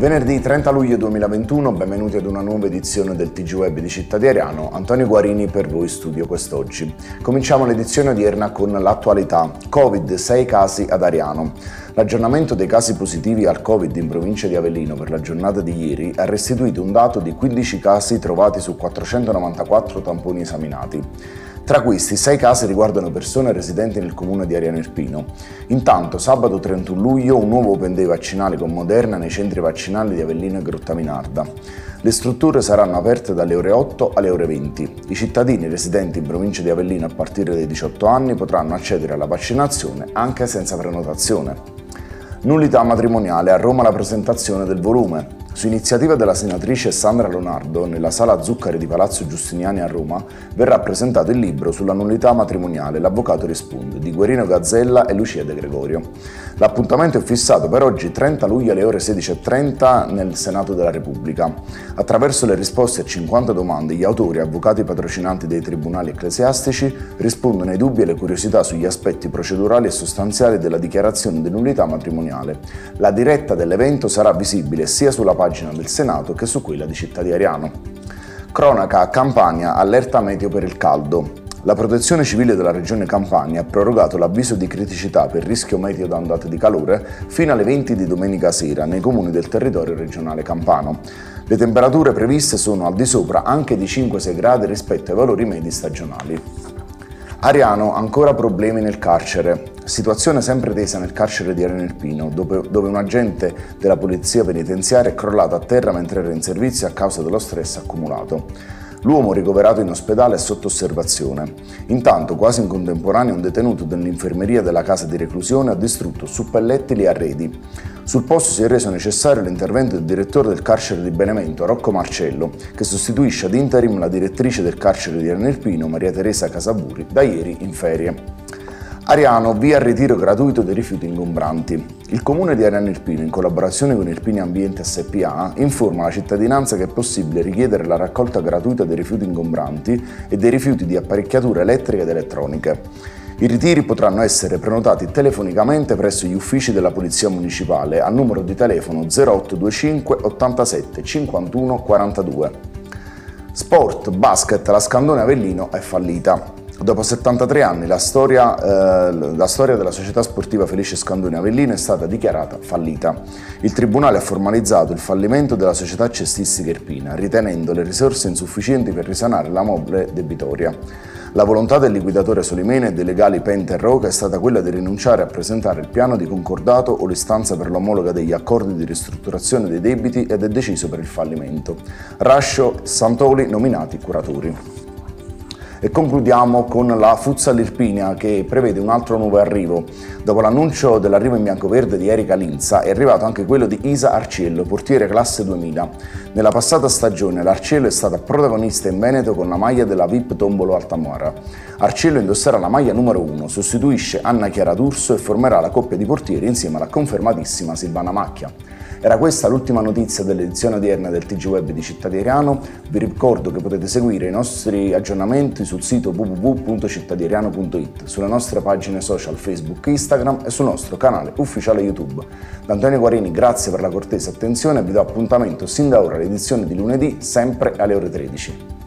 Venerdì 30 luglio 2021, benvenuti ad una nuova edizione del TG Web di Città di Ariano. Antonio Guarini per voi studio quest'oggi. Cominciamo l'edizione odierna con l'attualità. Covid, 6 casi ad Ariano. L'aggiornamento dei casi positivi al Covid in provincia di Avellino per la giornata di ieri ha restituito un dato di 15 casi trovati su 494 tamponi esaminati. Tra questi, 6 casi riguardano persone residenti nel comune di Ariano Irpino. Intanto, sabato 31 luglio, un nuovo Open Day vaccinale con Moderna nei centri vaccinali di Avellino e Grottaminarda. Le strutture saranno aperte dalle ore 8 alle ore 20. I cittadini residenti in provincia di Avellino a partire dai 18 anni potranno accedere alla vaccinazione anche senza prenotazione. Nullità matrimoniale, a Roma la presentazione del volume. Su iniziativa della senatrice Sandra Leonardo, nella Sala Zuccari di Palazzo Giustiniani a Roma, verrà presentato il libro sulla nullità matrimoniale L'avvocato risponde, di Guerino Gazzella e Lucia De Gregorio. L'appuntamento è fissato per oggi 30 luglio alle ore 16:30 nel Senato della Repubblica. Attraverso le risposte a 50 domande, gli autori, avvocati patrocinanti dei tribunali ecclesiastici, rispondono ai dubbi e alle curiosità sugli aspetti procedurali e sostanziali della dichiarazione di nullità matrimoniale. La diretta dell'evento sarà visibile sia sulla pagina del Senato che su quella di Città di Ariano. Cronaca, Campania, allerta meteo per il caldo. La Protezione Civile della Regione Campania ha prorogato l'avviso di criticità per rischio meteo da ondate di calore fino alle 20 di domenica sera nei comuni del territorio regionale campano. Le temperature previste sono al di sopra anche di 5-6 gradi rispetto ai valori medi stagionali. Ariano, ancora problemi nel carcere. Situazione sempre tesa nel carcere di Ariano Irpino, dove un agente della polizia penitenziaria è crollato a terra mentre era in servizio a causa dello stress accumulato. L'uomo ricoverato in ospedale è sotto osservazione. Intanto, quasi in contemporanea, un detenuto dell'infermeria della casa di reclusione ha distrutto suppellettili e arredi. Sul posto si è reso necessario l'intervento del direttore del carcere di Benevento, Rocco Marcello, che sostituisce ad interim la direttrice del carcere di Ariano Irpino, Maria Teresa Casaburi, da ieri in ferie. Ariano, via al ritiro gratuito dei rifiuti ingombranti. Il comune di Ariano Irpino, in collaborazione con Irpini Ambiente SpA, informa la cittadinanza che è possibile richiedere la raccolta gratuita dei rifiuti ingombranti e dei rifiuti di apparecchiature elettriche ed elettroniche. I ritiri potranno essere prenotati telefonicamente presso gli uffici della Polizia Municipale al numero di telefono 0825 87 51 42. Sport, basket, la Scandone Avellino è fallita. Dopo 73 anni la storia della società sportiva Felice Scandone Avellino è stata dichiarata fallita. Il Tribunale ha formalizzato il fallimento della società cestistica irpina, ritenendo le risorse insufficienti per risanare la mole debitoria. La volontà del liquidatore Solimene e dei legali Penta e Roca è stata quella di rinunciare a presentare il piano di concordato o l'istanza per l'omologa degli accordi di ristrutturazione dei debiti ed è deciso per il fallimento. Rascio e Santoli nominati curatori. E concludiamo con la Futsal Irpinia, che prevede un altro nuovo arrivo. Dopo l'annuncio dell'arrivo in biancoverde di Erika Linza è arrivato anche quello di Isa Arciello, portiere classe 2000. Nella passata stagione l'Arciello è stata protagonista in Veneto con la maglia della VIP Tombolo Altamora. Arciello indosserà la maglia numero 1, sostituisce Anna Chiara D'Urso e formerà la coppia di portieri insieme alla confermatissima Silvana Macchia. Era questa l'ultima notizia dell'edizione odierna del TG Web di Città di Ariano. Vi ricordo che potete seguire i nostri aggiornamenti sul sito www.cittadiariano.it, sulle nostre pagine social Facebook, Instagram e sul nostro canale ufficiale YouTube. Da Antonio Guarini grazie per la cortese attenzione e vi do appuntamento sin da ora all'edizione di lunedì, sempre alle ore 13.